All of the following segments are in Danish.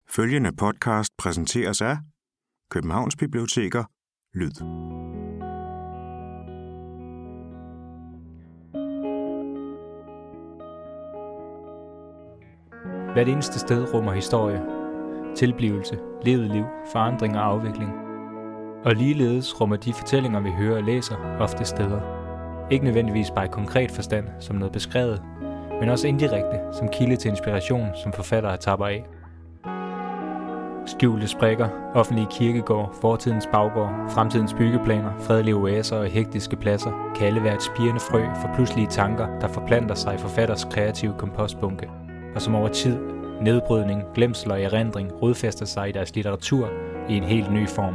Følgende podcast præsenteres af Københavns Biblioteker Lyd. Hvert eneste sted rummer historie, tilblivelse, levet liv, forandring og afvikling. Og ligeledes rummer de fortællinger, vi hører og læser, ofte steder. Ikke nødvendigvis bare i konkret forstand, som noget beskrevet, men også indirekte, som kilde til inspiration, som forfattere tapper af. Skjulte sprækker, offentlige kirkegård, fortidens baggård, fremtidens byggeplaner, fredelige oaser og hektiske pladser kan alle være et spirende frø for pludselige tanker, der forplanter sig i forfatters kreative kompostbunke, og som over tid, nedbrydning, glemsel og erindring rodfæster sig i deres litteratur i en helt ny form.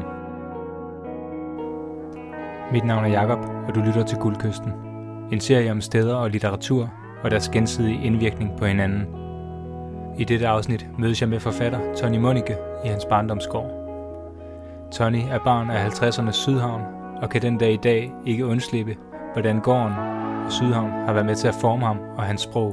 Mit navn er Jakob, og du lytter til Guldkysten. En serie om steder og litteratur og deres gensidige indvirkning på hinanden. I dette afsnit mødes jeg med forfatter Tony Mønnike i hans barndomsgård. Tony er barn af 50'ernes Sydhavn og kan den dag i dag ikke undslippe, hvordan gården og Sydhavn har været med til at forme ham og hans sprog.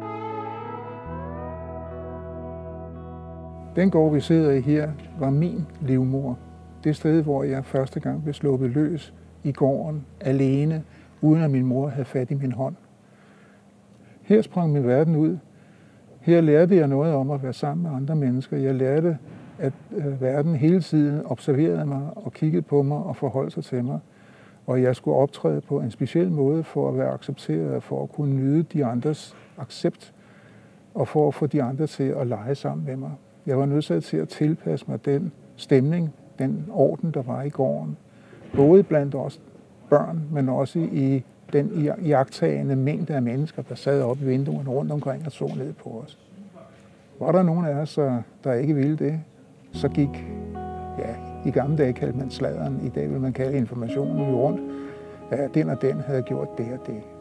Den gård, vi sidder i her, var min livmor. Det sted, hvor jeg første gang blev sluppet løs i gården, alene, uden at min mor havde fat i min hånd. Her sprang min verden ud. Her lærte jeg noget om at være sammen med andre mennesker. Jeg lærte, at verden hele tiden observerede mig og kiggede på mig og forholdt sig til mig. Og jeg skulle optræde på en speciel måde for at være accepteret, for at kunne nyde de andres accept og for at få de andre til at lege sammen med mig. Jeg var nødt til at tilpasse mig den stemning, den orden, der var i gården. Både blandt os børn, men også i den iagttagende mængde af mennesker, der sad oppe i vinduerne rundt omkring og så ned på os. Var der nogen af os, der ikke ville det, så gik, i gamle dage kaldte man sladderen, i dag vil man kalde informationen rundt, at den og den havde gjort det og det.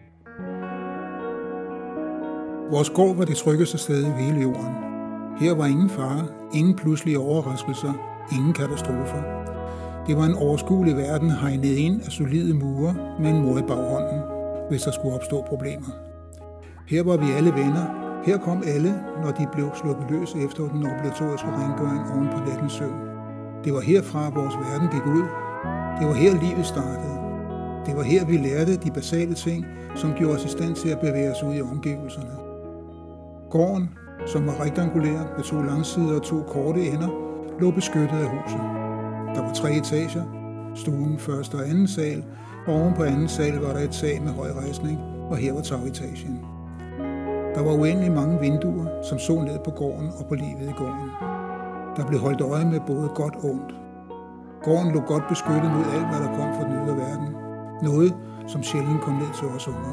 Vores gård var det tryggeste sted i hele jorden. Her var ingen fare, ingen pludselige overraskelser, ingen katastrofer. Det var en overskuelig verden hegnet ind af solide mure med en mor i baghånden, hvis der skulle opstå problemer. Her var vi alle venner. Her kom alle, når de blev sluppet løs efter den obligatoriske rengøring oven på nattens søvn. Det var herfra, vores verden gik ud. Det var her, livet startede. Det var her, vi lærte de basale ting, som gjorde os i stand til at bevæge os ud i omgivelserne. Gården, som var rektangulær med 2 langsider og 2 korte ender, lå beskyttet af huset. Der var 3 etager, stuen første og anden sal, og oven på anden sal var der et tag med høj rejsning, og her var tagetagen. Der var uendelig mange vinduer, som så ned på gården og på livet i gården. Der blev holdt øje med både godt og ondt. Gården lå godt beskyttet mod alt, hvad der kom fra den ydre verden. Noget, som sjældent kom ned til os unger.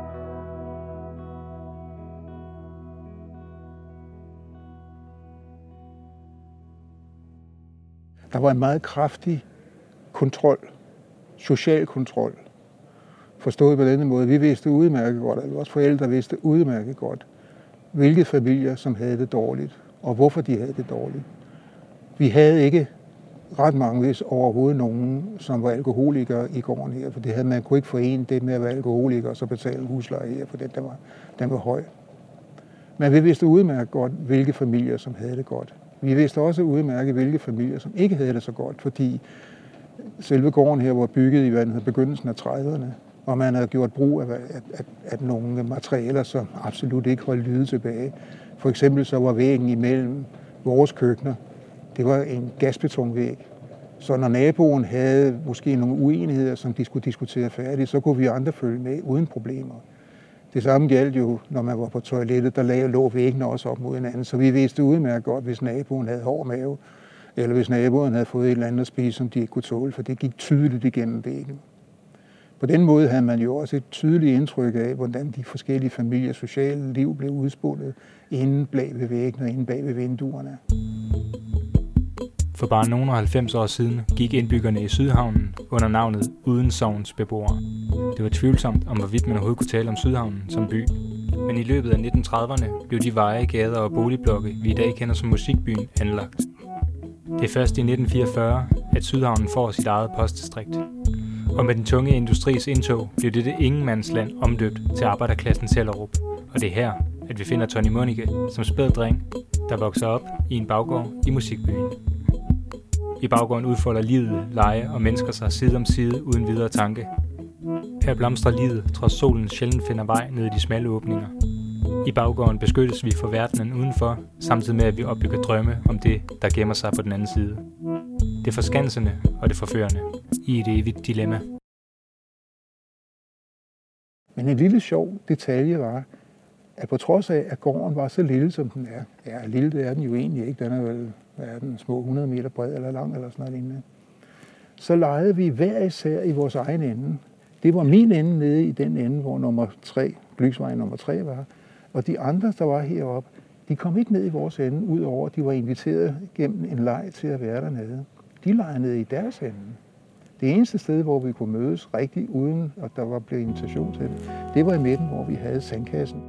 Der var en meget kraftig kontrol, social kontrol, forstået på denne måde. Vi vidste udmærket godt, eller vores forældre vidste udmærket godt, hvilke familier, som havde det dårligt, og hvorfor de havde det dårligt. Vi havde ikke ret mange, hvis overhovedet nogen, som var alkoholikere i gården her, for man kunne ikke forene det med at være alkoholiker og så betale husleje her, for den var høj. Men vi vidste udmærket godt, hvilke familier, som havde det godt. Vi vidste også udmærket, hvilke familier, som ikke havde det så godt, fordi selve gården her var bygget i begyndelsen af 30'erne, og man havde gjort brug af nogle materialer, som absolut ikke holdt lyde tilbage. For eksempel så var væggen imellem vores køkkener, det var en gasbetonvæg. Så når naboen havde måske nogle uenigheder, som de skulle diskutere færdigt, så kunne vi andre følge med uden problemer. Det samme galt jo, når man var på toilettet, der lå væggene også op mod hinanden. Så vi vidste udmærket godt, hvis naboen havde hård mave, eller hvis naboen havde fået et eller andet at spise, som de ikke kunne tåle, for det gik tydeligt igennem væggen. På den måde havde man jo også et tydeligt indtryk af, hvordan de forskellige familiers sociale liv blev udspundet inde bag ved væggene og inde bag ved vinduerne. For bare nogle 90 år siden gik indbyggerne i Sydhavnen under navnet Uden Sogns beboere. Det var tvivlsomt om, hvorvidt man overhovedet kunne tale om Sydhavnen som by. Men i løbet af 1930'erne blev de veje, gader og boligblokke, vi i dag kender som Musikbyen, anlagt. Det er først i 1944, at Sydhavnen får sit eget postdistrikt. Og med den tunge industris indtog blev dette ingenmandsland omdøbt til arbejderklassens Hellerup. Og det er her, at vi finder Tony Mønnike som spæd dreng der vokser op i en baggård i musikbyen. I baggården udfolder livet, lege og mennesker sig side om side uden videre tanke. Her blomstrer livet, trods solen sjældent finder vej ned i de smalle åbninger. I baggården beskyttes vi for verdenen udenfor, samtidig med at vi opbygger drømme om det, der gemmer sig på den anden side. Det forskansende og det forførende i et evigt dilemma. Men en lille sjov detalje var, at på trods af, at gården var så lille, som den er, ja, lille det er den jo egentlig ikke, den er vel små 100 meter bred eller lang eller sådan noget lignende, så legede vi hver især i vores egen ende. Det var min ende nede i den ende, hvor Glücksvej nummer 3 var, og de andre, der var heroppe, de kom ikke ned i vores ende, udover at de var inviteret gennem en leg til at være dernede. De legede nede i deres ende. Det eneste sted, hvor vi kunne mødes rigtigt, uden at der var blevet invitation til det var i midten, hvor vi havde sandkassen.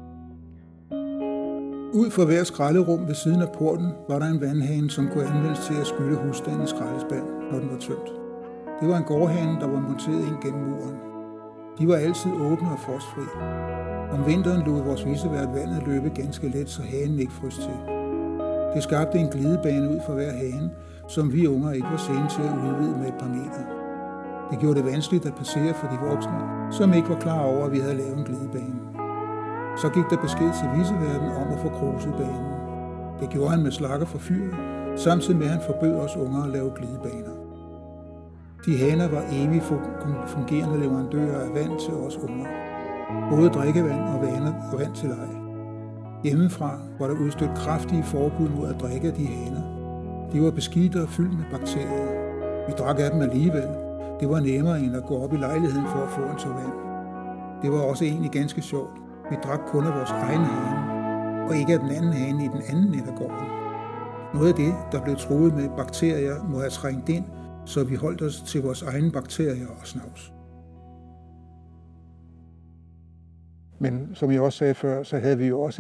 Ud for hver skralderum ved siden af porten var der en vandhane, som kunne anvendes til at skylle husstandens skraldespand, når den var tømt. Det var en gårdhane, der var monteret ind gennem muren. De var altid åbne og frostfri. Om vinteren lod vores vicevært vandet løbe ganske let, så hanen ikke frøs til. Det skabte en glidebane ud for hver hane, som vi unger ikke var sene til at udvide med et par meter. Det gjorde det vanskeligt at passere for de voksne, som ikke var klar over, at vi havde lavet en glidebane. Så gik der besked til viceværten om at få kruset banen. Det gjorde han med slakker fra fyret, samtidig med at han forbød os unger at lave glidebaner. De haner var evigt fungerende leverandører af vand til os unger. Både drikkevand og vand til leg. Hjemmefra var der udstødt kraftige forbud mod at drikke af de haner. De var beskidte og fyldt med bakterier. Vi drak af dem alligevel. Det var nemmere end at gå op i lejligheden for at få en tår vand. Det var også egentlig ganske sjovt. Vi drak kun af vores egen hane, og ikke af den anden hane i den anden ende af gården. Noget af det, der blev truet med bakterier, må have trængt ind, så vi holdt os til vores egne bakterier og snavs. Men som jeg også sagde før, så havde vi jo også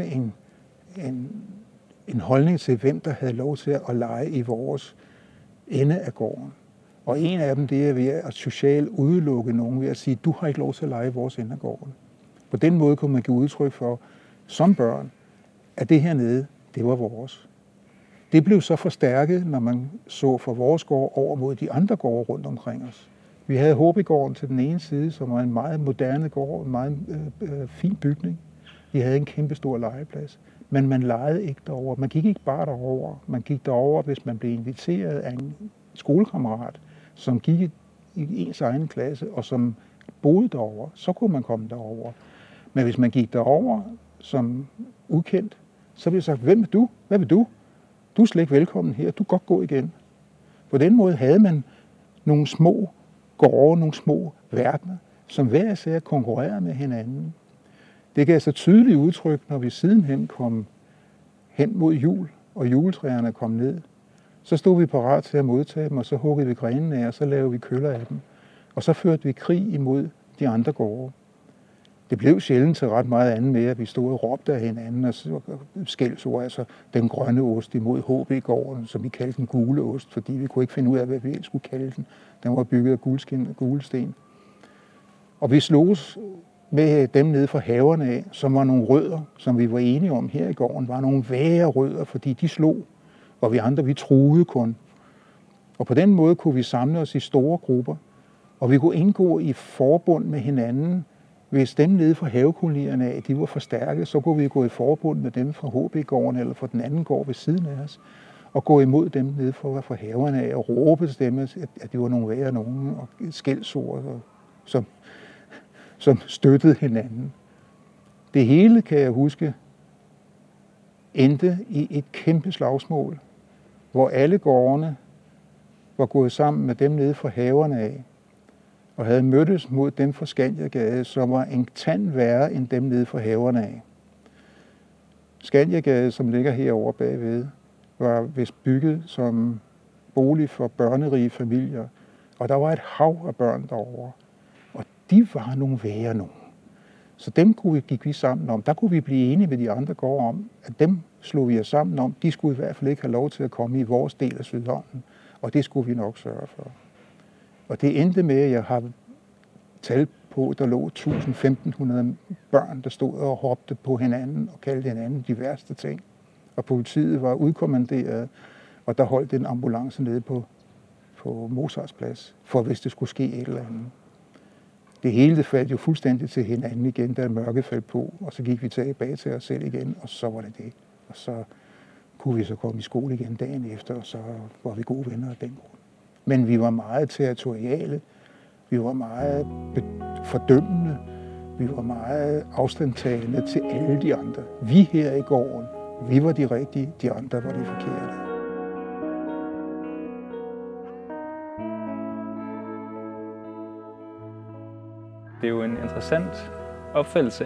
en holdning til, hvem der havde lov til at lege i vores ende af gården. Og en af dem, det er ved at socialt udelukke nogen ved at sige, du har ikke lov til at lege i vores ende af gården. På den måde kunne man give udtryk for, som børn, at det hernede, det var vores. Det blev så forstærket, når man så fra vores gård over mod de andre gårde rundt omkring os. Vi havde Håbegården til den ene side, som var en meget moderne gård, en meget fin bygning. Vi havde en kæmpe stor legeplads, men man legede ikke derover. Man gik ikke bare derover. Man gik derover, hvis man blev inviteret af en skolekammerat, som gik i ens egen klasse og som boede derover, så kunne man komme derover. Men hvis man gik derover som ukendt, så blev sagt, hvem er du? Hvad vil du? Du er slet ikke velkommen her. Du kan godt gå igen. På den måde havde man nogle små gårde, nogle små verdener, som hver især konkurrerede med hinanden. Det gav så tydeligt udtryk, når vi sidenhen kom hen mod jul, og juletræerne kom ned. Så stod vi parat til at modtage dem, og så huggede vi grenene af, og så lavede vi køller af dem. Og så førte vi krig imod de andre gårde. Det blev sjældent til ret meget andet med, at vi stod og råbte af hinanden og skældsord, altså den grønne ost imod HB-gården, som vi kaldte den gule ost, fordi vi kunne ikke finde ud af, hvad vi skulle kalde den. Den var bygget af guldskin og gulsten. Og vi slogs med dem nede fra haverne af, som var nogle rødder, som vi var enige om her i gården, var nogle værre rødder, fordi de slog, og vi andre, vi truede kun. Og på den måde kunne vi samle os i store grupper, og vi kunne indgå i forbund med hinanden. Hvis dem nede fra havekolonierne af, de var forstærket, så kunne vi gå i forbund med dem fra HB-gården eller fra den anden gård ved siden af os, og gå imod dem nede fra haverne af og råbe til dem, at de var nogle værre nogen, og skældsord, som støttede hinanden. Det hele, kan jeg huske, endte i et kæmpe slagsmål, hvor alle gårdene var gået sammen med dem nede fra haverne af, og havde mødtes mod dem fra Skandiagade, som var en tand værre end dem nede fra haverne af. Skandiagade, som ligger herovre bagved, var vist bygget som bolig for børnerige familier, og der var et hav af børn derovre, og de var nogle værre nogen. Så dem gik vi sammen om. Der kunne vi blive enige med de andre gårde om, at dem slog vi os sammen om. De skulle i hvert fald ikke have lov til at komme i vores del af Sydhavnen, og det skulle vi nok sørge for. Og det endte med, at jeg har tal på, der lå 1.000-1.500 børn, der stod og råbte på hinanden og kaldte hinanden de værste ting. og politiet var udkommanderet, og der holdt en ambulance nede på Mozarts plads, for hvis det skulle ske et eller andet. Det hele det faldt jo fuldstændig til hinanden igen, da mørket faldt på, og så gik vi tilbage til os selv igen, og så var det det. Og så kunne vi så komme i skole igen dagen efter, og så var vi gode venner af den grund. Men vi var meget territoriale, vi var meget fordømmende, vi var meget afstandtagende til alle de andre. Vi her i gården, vi var de rigtige, de andre var de forkerte. Det er jo en interessant opfattelse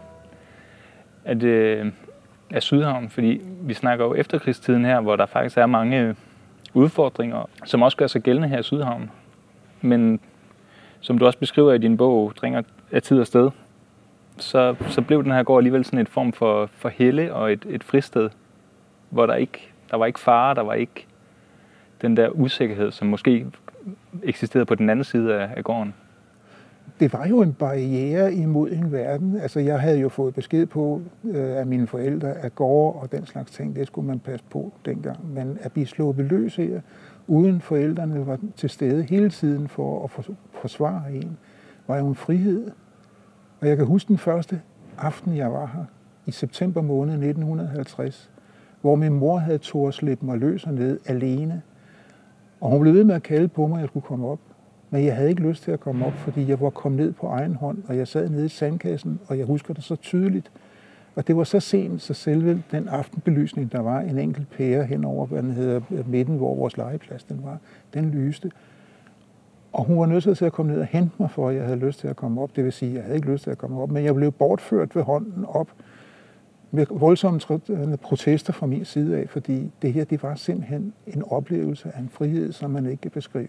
af Sydhavn, fordi vi snakker jo efterkrigstiden her, hvor der faktisk er mange udfordringer, som også gør sig gældende her i Sydhavn. Men som du også beskriver i din bog, Dringer af tid og sted, så blev den her gård alligevel sådan et form for helle og et fristed, hvor der var ikke fare, der var ikke den der usikkerhed, som måske eksisterede på den anden side af gården. Det var jo en barriere imod en verden. Altså, jeg havde jo fået besked på af mine forældre, at gårde og den slags ting, det skulle man passe på dengang. Men at blive sluppet løs her, uden forældrene var til stede hele tiden for at forsvare en, var jo en frihed. Og jeg kan huske den første aften, jeg var her, i september måned 1950, hvor min mor havde turde slippe mig løs ned alene. Og hun blev ved med at kalde på mig, at jeg skulle komme op. Men jeg havde ikke lyst til at komme op, fordi jeg var kommet ned på egen hånd, og jeg sad nede i sandkassen, og jeg husker det så tydeligt. Og det var så sent, så selve den aftenbelysning, der var en enkelt pære henover, hvad den hedder, midten, hvor vores legeplads den var, den lyste. Og hun var nødt til at komme ned og hente mig, for at jeg havde lyst til at komme op. Det vil sige, at jeg havde ikke lyst til at komme op, men jeg blev bortført ved hånden op med voldsomme protester fra min side af, fordi det her, det var simpelthen en oplevelse af en frihed, som man ikke kan beskrive.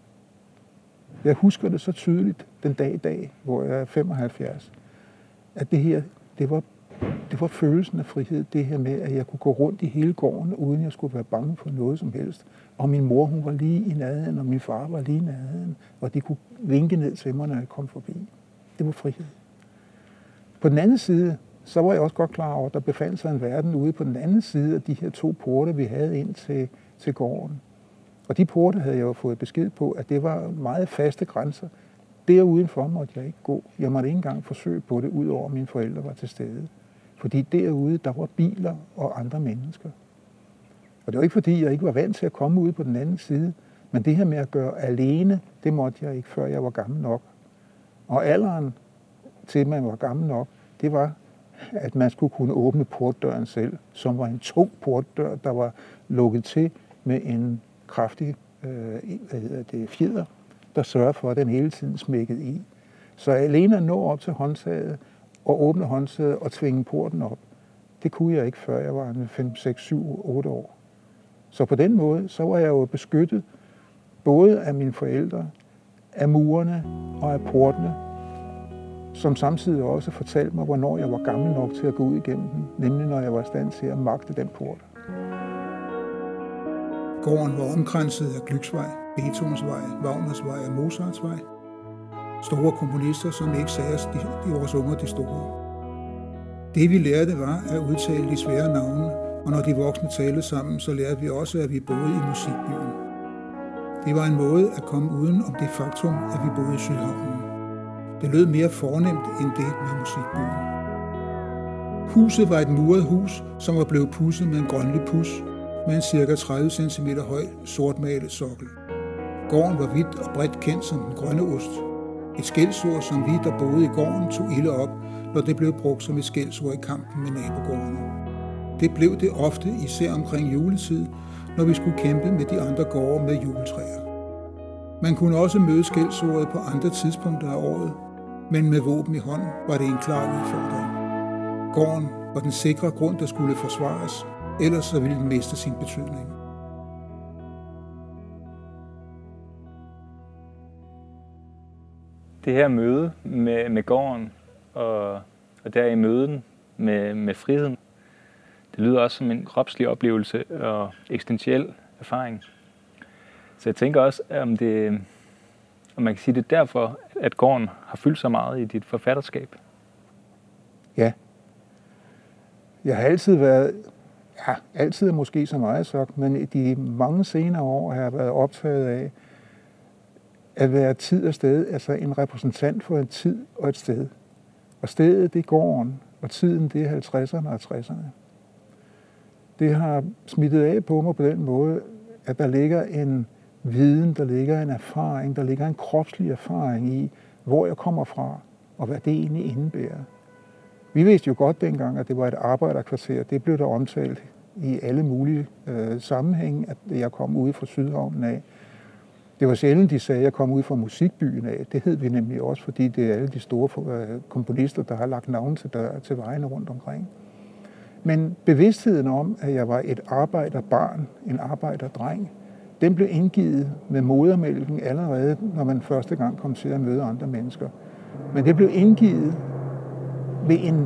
Jeg husker det så tydeligt den dag i dag, hvor jeg er 75, at det her, det var følelsen af frihed, det her med, at jeg kunne gå rundt i hele gården, uden jeg skulle være bange for noget som helst. Og min mor, hun var lige i nærheden, og min far var lige i nærheden, og de kunne vinke ned til mig, når jeg kom forbi. Det var frihed. På den anden side, så var jeg også godt klar over, at der befandt sig en verden ude på den anden side af de her 2 porte, vi havde ind til gården. Og de porte havde jeg jo fået besked på, at det var meget faste grænser. Derudenfor måtte jeg ikke gå. Jeg måtte ikke engang forsøge på det, udover at mine forældre var til stede. Fordi derude, der var biler og andre mennesker. Og det var ikke fordi, jeg ikke var vant til at komme ud på den anden side. Men det her med at gøre alene, det måtte jeg ikke, før jeg var gammel nok. Og alderen til, at man var gammel nok, det var, at man skulle kunne åbne portdøren selv, som var en tung portdør, der var lukket til med en kraftig fjeder, der sørger for, at den hele tiden smækkede i. Så alene at nå op til håndtaget og åbne håndtaget og tvinge porten op, det kunne jeg ikke, før jeg var 5, 6, 7, 8 år. Så på den måde, så var jeg jo beskyttet både af mine forældre, af murene og af portene, som samtidig også fortalte mig, hvornår jeg var gammel nok til at gå ud igennem den, nemlig når jeg var i stand til at magte den port. Gården var omkranset af Glücksvej, Beethovensvej, Wagnersvej og Mozartsvej. Store komponister, som ikke sagde os, de vores unger de store. Det vi lærte var at udtale de svære navne, og når de voksne talte sammen, så lærte vi også, at vi boede i musikbyen. Det var en måde at komme uden om det faktum, at vi boede i Sydhavnen. Det lød mere fornemt end det med musikbyen. Huset var et muret hus, som var blevet pudset med en grønlig puds, med en ca. 30 cm høj sortmalet sokkel. Gården var vidt og bredt kendt som den grønne ost. Et skældsord, som vi, der boede i gården, tog ilde op, når det blev brugt som et skældsord i kampen med nabogårdene. Det blev det ofte, især omkring juletid, når vi skulle kæmpe med de andre gårde med juletræer. Man kunne også møde skældsordet på andre tidspunkter af året, men med våben i hånd var det en klar udfordring. Gården var den sikre grund, der skulle forsvares, ellers så ville den miste sin betydning. Det her møde med gården og der i møden med friheden, det lyder også som en kropslig oplevelse og eksistentiel erfaring. Så jeg tænker også, om man kan sige det derfor, at gården har fyldt så meget i dit forfatterskab. Ja. Jeg har altid været Ja, altid er måske så meget sagt, men i de mange senere år har jeg været optaget af at være tid og sted, altså en repræsentant for en tid og et sted. Og stedet, det er gården, og tiden, det er 50'erne og 60'erne. Det har smittet af på mig på den måde, at der ligger en viden, der ligger en erfaring, der ligger en kropslig erfaring i, hvor jeg kommer fra, og hvad det egentlig indebærer. Vi vidste jo godt dengang, at det var et arbejderkvarter. Det blev der omtalt i alle mulige sammenhænge, at jeg kom ude fra Sydhavnen af. Det var sjældent, de sagde, at jeg kom ud fra musikbyen af. Det hed vi nemlig også, fordi det er alle de store komponister, der har lagt navn til vejene rundt omkring. Men bevidstheden om, at jeg var et arbejderbarn, en arbejderdreng, den blev indgivet med modermælken allerede, når man første gang kom til at møde andre mennesker. Men det blev indgivet ved en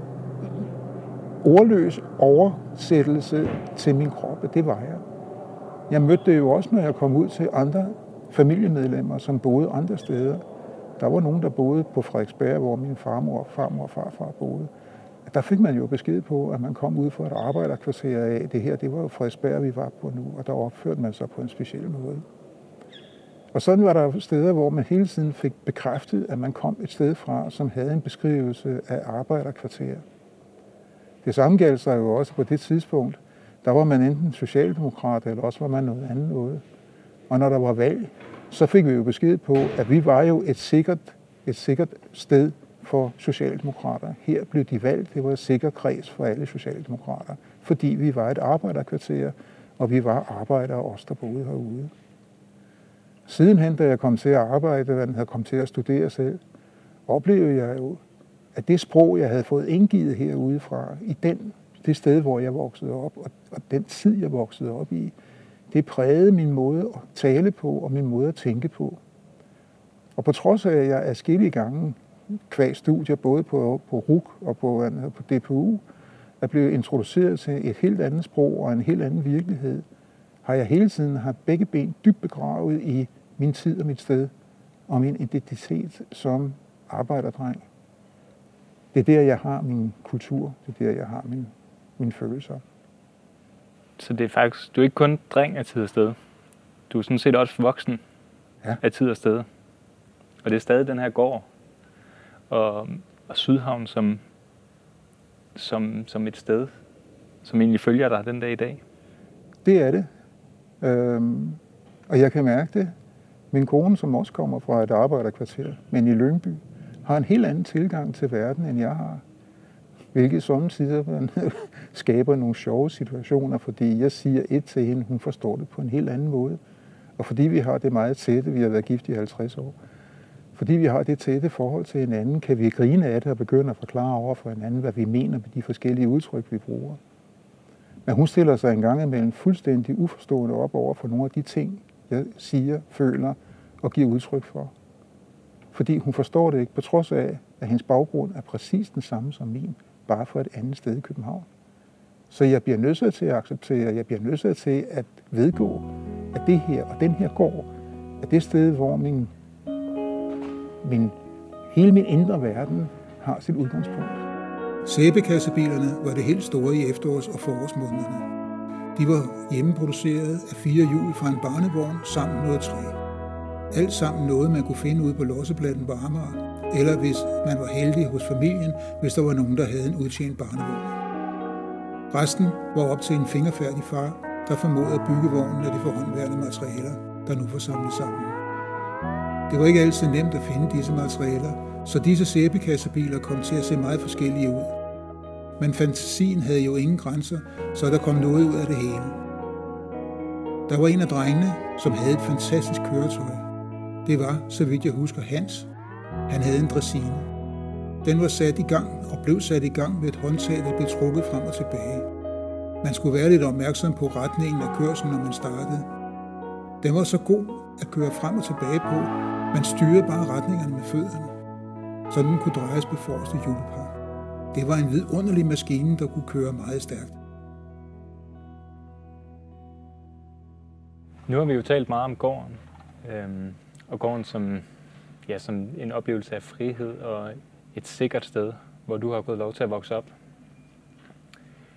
ordløs oversættelse til min krop. Det var jeg. Jeg mødte det jo også, når jeg kom ud til andre familiemedlemmer, som boede andre steder. Der var nogen, der boede på Frederiksberg, hvor min farmor og farfar boede. Der fik man jo besked på, at man kom ud fra et arbejderkvarter af. Det her, det var jo Frederiksberg, vi var på nu, og der opførte man sig på en speciel måde. Og sådan var der steder, hvor man hele tiden fik bekræftet, at man kom et sted fra, som havde en beskrivelse af arbejderkvarter. Det samme galt sig jo også på det tidspunkt. Der var man enten socialdemokrat, eller også var man noget andet noget. Og når der var valg, så fik vi jo besked på, at vi var jo et sikkert sted for socialdemokrater. Her blev de valgt. Det var et sikkert kreds for alle socialdemokrater, fordi vi var et arbejderkvarter, og vi var arbejdere os, der boede herude. Sidenhen, da jeg kom til at arbejde, da jeg havde kommet til at studere selv, oplevede jeg jo, at det sprog, jeg havde fået indgivet herudefra, i det sted, hvor jeg voksede op, og den tid, jeg voksede op i, det prægede min måde at tale på og min måde at tænke på. Og på trods af, at jeg adskillige gange qua studier, både på RUC og på DPU, er blevet introduceret til et helt andet sprog og en helt anden virkelighed, har jeg hele tiden haft begge ben dybt begravet i min tid og mit sted og min identitet som arbejderdreng. Det er der, jeg har min kultur. Det er der, jeg har mine følelser. Så det er faktisk, du er ikke kun dreng af tid og sted. Du er sådan set også voksen af tid og sted. Og det er stadig den her gård og Sydhavn som et sted, som egentlig følger dig den dag i dag. Det er det. Og jeg kan mærke det. Min kone, som også kommer fra et arbejderkvarter, men i Lyngby, har en helt anden tilgang til verden, end jeg har. Hvilket sommetider skaber nogle sjove situationer, fordi jeg siger et til hende, hun forstår det på en helt anden måde. Og fordi vi har det meget tætte, vi har været gift i 50 år, fordi vi har det tætte forhold til hinanden, kan vi grine af det og begynde at forklare over for hinanden, hvad vi mener med de forskellige udtryk, vi bruger. Men hun stiller sig en gang imellem fuldstændig uforstående op over for nogle af de ting, jeg siger, føler og giver udtryk for. Fordi hun forstår det ikke, på trods af, at hendes baggrund er præcis den samme som min, bare for et andet sted i København. Så jeg bliver nødt til at acceptere, jeg bliver nødt til at vedgå, at det her og den her gård er det sted, hvor hele min indre verden har sit udgangspunkt. Sæbekassebilerne var det helt store i efterårs- og forårsmånederne. De var hjemmeproduceret af 4 hjul fra en barnevogn samt noget træ. Alt sammen noget, man kunne finde ude på lossepladsen på Amager, eller hvis man var heldig hos familien, hvis der var nogen, der havde en udtjent barnevogn. Resten var op til en fingerfærdig far, der formåede at bygge vognen af de forhåndværende materialer, der nu var samlet sammen. Det var ikke altid nemt at finde disse materialer, så disse sæbekassebiler kom til at se meget forskellige ud. Men fantasien havde jo ingen grænser, så der kom noget ud af det hele. Der var en af drengene, som havde et fantastisk køretøj. Det var, så vidt jeg husker, Hans. Han havde en dræsine. Den var sat i gang og blev sat i gang med et håndtag, der blev trukket frem og tilbage. Man skulle være lidt opmærksom på retningen af kørslen, når man startede. Den var så god at køre frem og tilbage på. Man styrede bare retningerne med fødderne, så den kunne drejes på forreste hjulpar. Det var en vidunderlig maskine, der kunne køre meget stærkt. Nu har vi jo talt meget om gården, og gården som en oplevelse af frihed og et sikkert sted, hvor du har fået lov til at vokse op.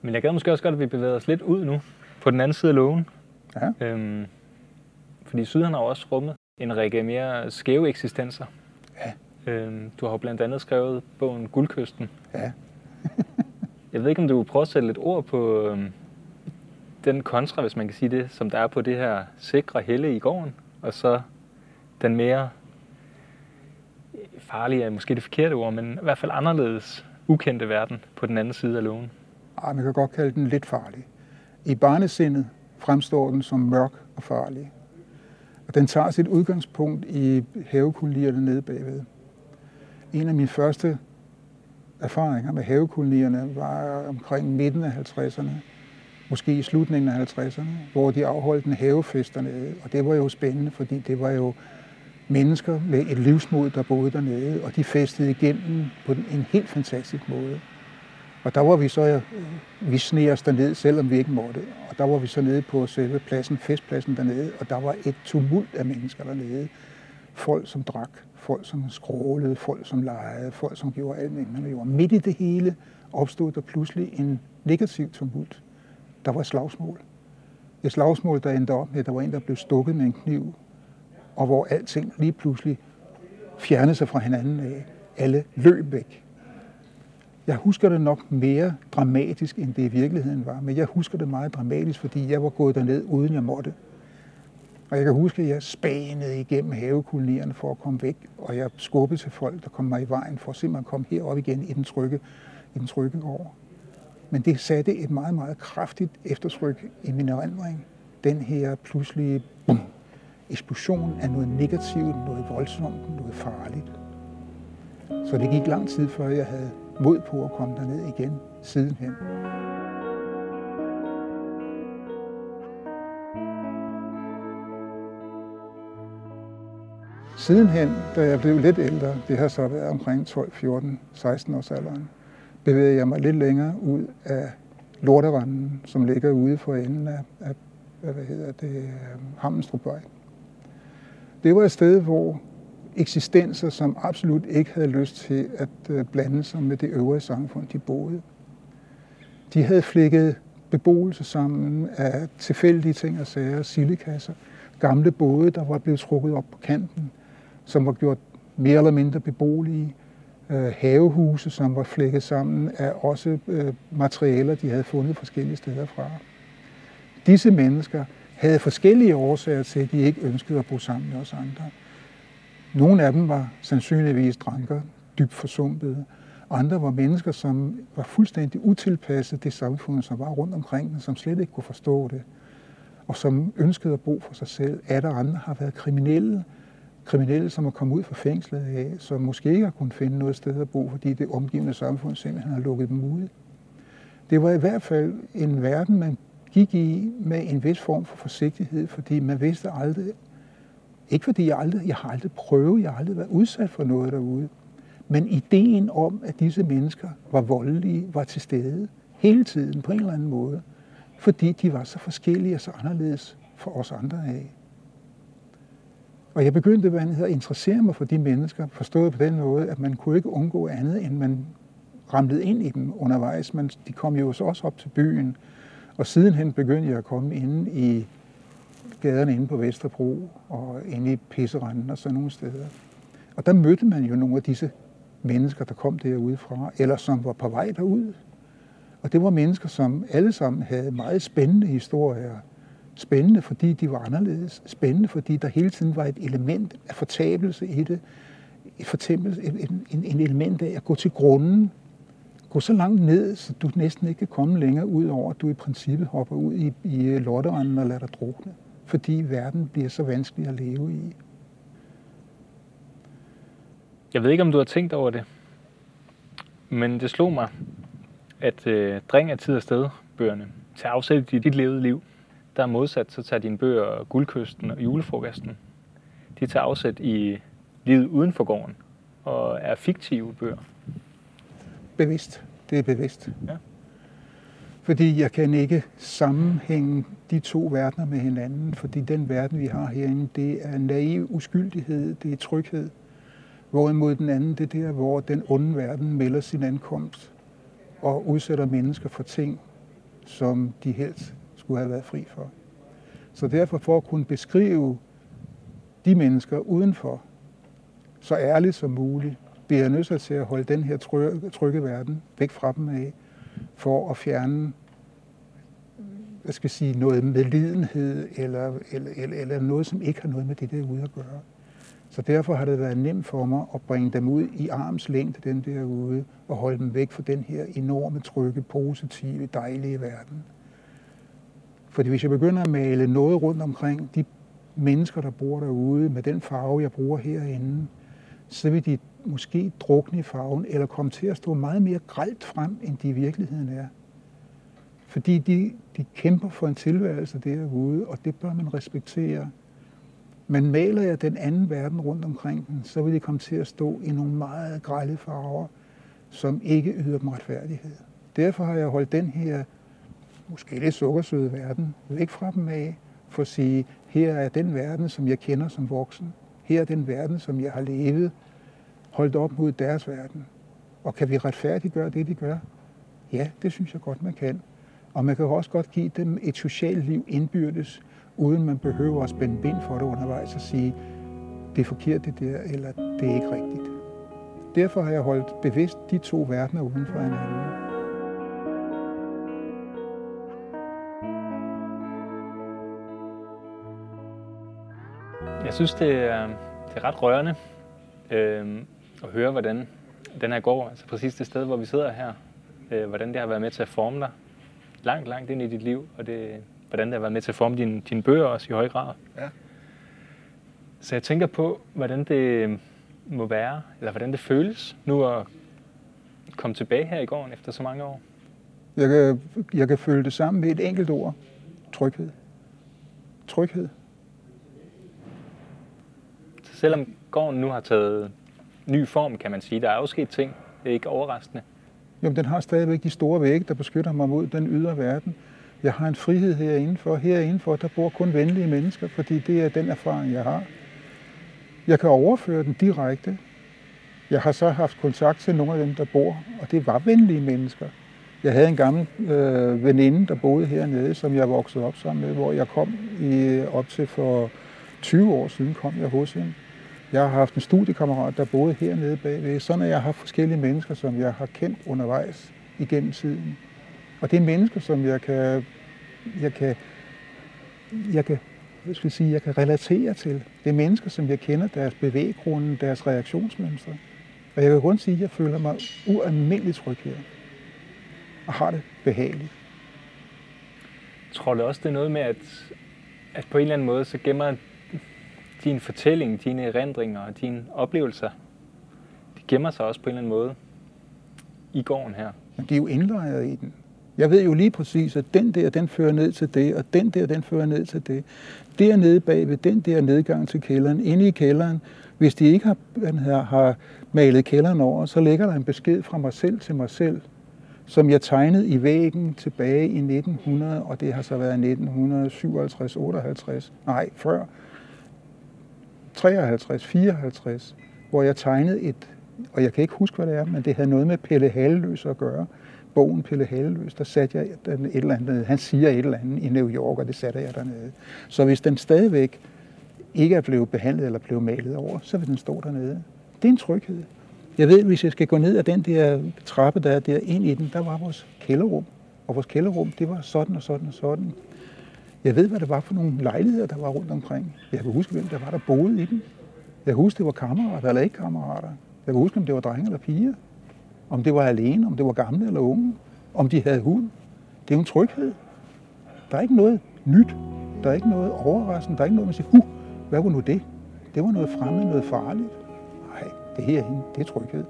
Men jeg gad måske også godt, at vi bevæger os lidt ud nu, på den anden side af lågen. Ja. Fordi Sydhavn har også rummet en række mere skæve eksistenser. Ja. Du har jo blandt andet skrevet bogen Guldkysten. Ja. Jeg ved ikke, om du vil prøve at sætte lidt ord på den kontra, hvis man kan sige det, som der er på det her sikre helle i gården, og så den mere farlige, er måske det forkerte ord, men i hvert fald anderledes ukendte verden på den anden side af lågen. Man kan godt kalde den lidt farlig. I barnesindet fremstår den som mørk og farlig. Og den tager sit udgangspunkt i havekolonierne nede bagved. En af mine første erfaringer med havekolonierne var omkring midten af 50'erne, måske i slutningen af 50'erne, hvor de afholdt en havefest dernede. Og det var jo spændende, fordi det var jo mennesker med et livsmod, der boede dernede, og de festede igennem på en helt fantastisk måde. Og der var vi så, vi sneg os derned, selvom vi ikke måtte. Og der var vi så nede på selve pladsen, festpladsen dernede, og der var et tumult af mennesker dernede. Folk, som drak, folk, som skrålede, folk, som legede, folk, som gjorde alt muligt. Men midt i det hele opstod der pludselig en negativ tumult. Der var et slagsmål. Et slagsmål, der endte op med, at der var en, der blev stukket med en kniv, og hvor alting lige pludselig fjernede sig fra hinanden af. Alle løb væk. Jeg husker det nok mere dramatisk, end det i virkeligheden var, men jeg husker det meget dramatisk, fordi jeg var gået derned, uden jeg måtte. Og jeg kan huske, at jeg spænede igennem havekolonierne for at komme væk, og jeg skubbede til folk, der kom mig i vejen, for at simpelthen komme herop igen i den trygge gård. Men det satte et meget, meget kraftigt eftertryk i min erindring. Den her pludselige eksplosion af noget negativt, noget voldsomt, noget farligt. Så det gik lang tid, før jeg havde mod på at komme derned igen sidenhen. Sidenhen, da jeg blev lidt ældre, det har så været omkring 12, 14, 16 års alderen, bevægede jeg mig lidt længere ud af Lorteranden, som ligger ude for enden af Hammenstrupvej. Det var et sted, hvor eksistenser, som absolut ikke havde lyst til at blande sig med det øvrige samfund, de boede. De havde flækket beboelse sammen af tilfældige ting og sager, sildekasser, gamle både, der var blevet trukket op på kanten, som var gjort mere eller mindre beboelige, havehuse, som var flækket sammen af også materialer, de havde fundet forskellige steder fra. Disse mennesker havde forskellige årsager til, at de ikke ønskede at bo sammen med os andre. Nogle af dem var sandsynligvis dranker, dybt forsumpede. Andre var mennesker, som var fuldstændig utilpasset det samfund, som var rundt omkring dem, som slet ikke kunne forstå det, og som ønskede at bo for sig selv. Andre har været kriminelle, som er kommet ud fra fængslet af, som måske ikke har kunnet finde noget sted at bo, fordi det omgivende samfund simpelthen har lukket dem ude. Det var i hvert fald en verden, man gik i med en vis form for forsigtighed, fordi man vidste aldrig, ikke fordi jeg har aldrig prøvet, jeg har aldrig været udsat for noget derude, men ideen om, at disse mennesker var voldelige, var til stede hele tiden på en eller anden måde, fordi de var så forskellige og så anderledes for os andre af. Og jeg begyndte at interessere mig for de mennesker, forstået på den måde, at man kunne ikke undgå andet, end man ramlede ind i dem undervejs. Men de kom jo så også op til byen, og sidenhen begyndte jeg at komme inde i gaderne inde på Vesterbro og inde i Pisseranden og sådan nogle steder. Og der mødte man jo nogle af disse mennesker, der kom derudefra, eller som var på vej derud. Og det var mennesker, som alle sammen havde meget spændende historier. Spændende, fordi de var anderledes. Spændende, fordi der hele tiden var et element af fortabelse i det. En element af at gå til grunden. Gå så langt ned, så du næsten ikke kan komme længere ud over, at du i princippet hopper ud i Lorteranden og lader dig drukne. Fordi verden bliver så vanskelig at leve i. Jeg ved ikke, om du har tænkt over det, men det slog mig, at Dring af tid og sted bøgerne tager afsæt i dit levede liv. Der er modsat, så tager dine bøger Guldkysten og Julefrokosten. De tager afsæt i livet uden for gården og er fiktive bøger. Bevidst. Det er bevidst. Ja. Fordi jeg kan ikke sammenhænge de to verdener med hinanden, fordi den verden, vi har herinde, det er naiv uskyldighed, det er tryghed. Hvorimod den anden, det er der, hvor den onde verden melder sin ankomst og udsætter mennesker for ting, som de helst skulle have været fri for. Så derfor for at kunne beskrive de mennesker udenfor, så ærligt som muligt, bliver jeg nødt til at holde den her trygge verden væk fra dem af, for at fjerne noget medlidenhed, eller noget, som ikke har noget med det derude at gøre. Så derfor har det været nemt for mig at bringe dem ud i arms længde, den derude, og holde dem væk fra den her enorme, trygge, positive, dejlige verden. Fordi hvis jeg begynder at male noget rundt omkring de mennesker, der bor derude, med den farve, jeg bruger herinde, så vil de måske drukne i farven, eller komme til at stå meget mere grelt frem, end de i virkeligheden er. Fordi de kæmper for en tilværelse derude, og det bør man respektere. Men maler jeg den anden verden rundt omkring den, så vil de komme til at stå i nogle meget grelle farver, som ikke yder dem retfærdighed. Derfor har jeg holdt den her, måske lidt sukkersøde verden, væk fra dem af, for at sige, her er den verden, som jeg kender som voksen. Her er den verden, som jeg har levet, holdt op mod deres verden. Og kan vi retfærdiggøre det, de gør? Ja, det synes jeg godt, man kan. Og man kan også godt give dem et socialt liv indbyrdes, uden man behøver at spænde ben for det undervejs og sige, det er forkert det der, eller det er ikke rigtigt. Derfor har jeg holdt bevidst de to verdener uden for hinanden. Jeg synes, det er ret rørende at høre, hvordan den her går. Altså præcis det sted, hvor vi sidder her. Hvordan det har været med til at forme dig langt ind i dit liv, og hvordan det har været med til at forme dine bøger også i høj grad. Ja. Så jeg tænker på, hvordan det må være, eller hvordan det føles nu at komme tilbage her i gården efter så mange år. Jeg kan føle det sammen med et enkelt ord. Tryghed. Tryghed. Så selvom gården nu har taget ny form, kan man sige, der er jo sket ting. Det er ikke overraskende. Jamen, den har stadigvæk de store vægge, der beskytter mig mod den ydre verden. Jeg har en frihed herindenfor. Herindenfor, der bor kun venlige mennesker, fordi det er den erfaring, jeg har. Jeg kan overføre den direkte. Jeg har så haft kontakt til nogle af dem, der bor, og det var venlige mennesker. Jeg havde en gammel veninde, der boede hernede, som jeg voksede op sammen med, hvor jeg kom op til for 20 år siden, kom jeg hos hende. Jeg har haft en studiekammerat, der boede hernede bagved. Sådan at jeg har haft forskellige mennesker, som jeg har kendt undervejs igennem tiden. Og det er mennesker, som jeg kan relatere til. Det er mennesker, som jeg kender deres bevæggrunde, deres reaktionsmønstre. Og jeg kan kun sige, at jeg føler mig ualmindeligt tryg her. Og har det behageligt. Tror du også, det er noget med, at på en eller anden måde, så gemmer din fortælling, dine erindringer og dine oplevelser, de gemmer sig også på en eller anden måde i gården her? Men de er jo indlejret i den. Jeg ved jo lige præcis, at den der, den fører ned til det, og den der, den fører ned til det. Dernede bagved, den der nedgang til kælderen, inde i kælderen, hvis de ikke har malet kælderen over, så ligger der en besked fra mig selv til mig selv, som jeg tegnede i væggen tilbage i 1900, og det har så været 1957, 58, nej, før, 53, 54, hvor jeg tegnede og jeg kan ikke huske, hvad det er, men det havde noget med Pelle Halleløs at gøre. Bogen Pelle Halleløs, der satte jeg et eller andet, han siger et eller andet i New York, og det satte jeg dernede. Så hvis den stadigvæk ikke er blevet behandlet eller blevet malet over, så vil den stå dernede. Det er en tryghed. Jeg ved, hvis jeg skal gå ned ad den der trappe, der er der ind i den, der var vores kælderrum. Og vores kælderrum, det var sådan og sådan og sådan. Jeg ved, hvad det var for nogle lejligheder, der var rundt omkring. Jeg kan huske, hvem der var, der boede i den. Jeg kan huske, det var kammerater eller ikke kammerater. Jeg kan huske, om det var drenge eller piger. Om det var alene, om det var gamle eller unge. Om de havde hund. Det er jo en tryghed. Der er ikke noget nyt. Der er ikke noget overraskende. Der er ikke noget, man siger, hvad var nu det? Det var noget fremmed, noget farligt. Nej, det herinde, det er tryghed.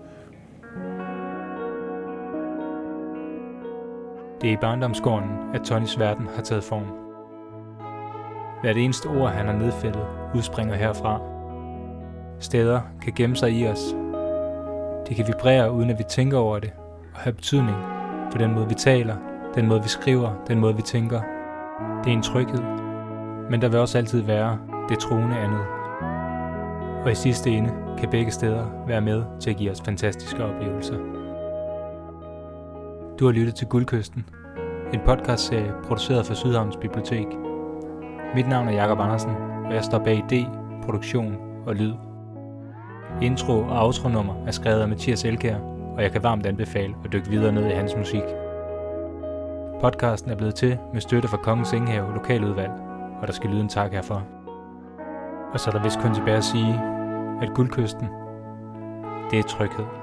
Det er i barndomsgården, at Tonys verden har taget form. Hvert eneste ord, han har nedfældet, udspringer herfra. Steder kan gemme sig i os. De kan vibrere, uden at vi tænker over det, og have betydning for den måde, vi taler, den måde, vi skriver, den måde, vi tænker. Det er en tryghed, men der vil også altid være det truende andet. Og i sidste ende kan begge steder være med til at give os fantastiske oplevelser. Du har lyttet til Guldkysten, En podcastserie produceret for Sydhavns Bibliotek. Mit navn er Jakob Andersen, og jeg står bag idé, produktion og lyd. Intro og outro-nummer er skrevet af Mathias Elkjær, og jeg kan varmt anbefale at dykke videre ned i hans musik. Podcasten er blevet til med støtte fra Kongens Enghave Lokaludvalg, og der skal lyde en tak herfor. Og så er der vist kun tilbage at sige, at Guldkysten, det er tryghed.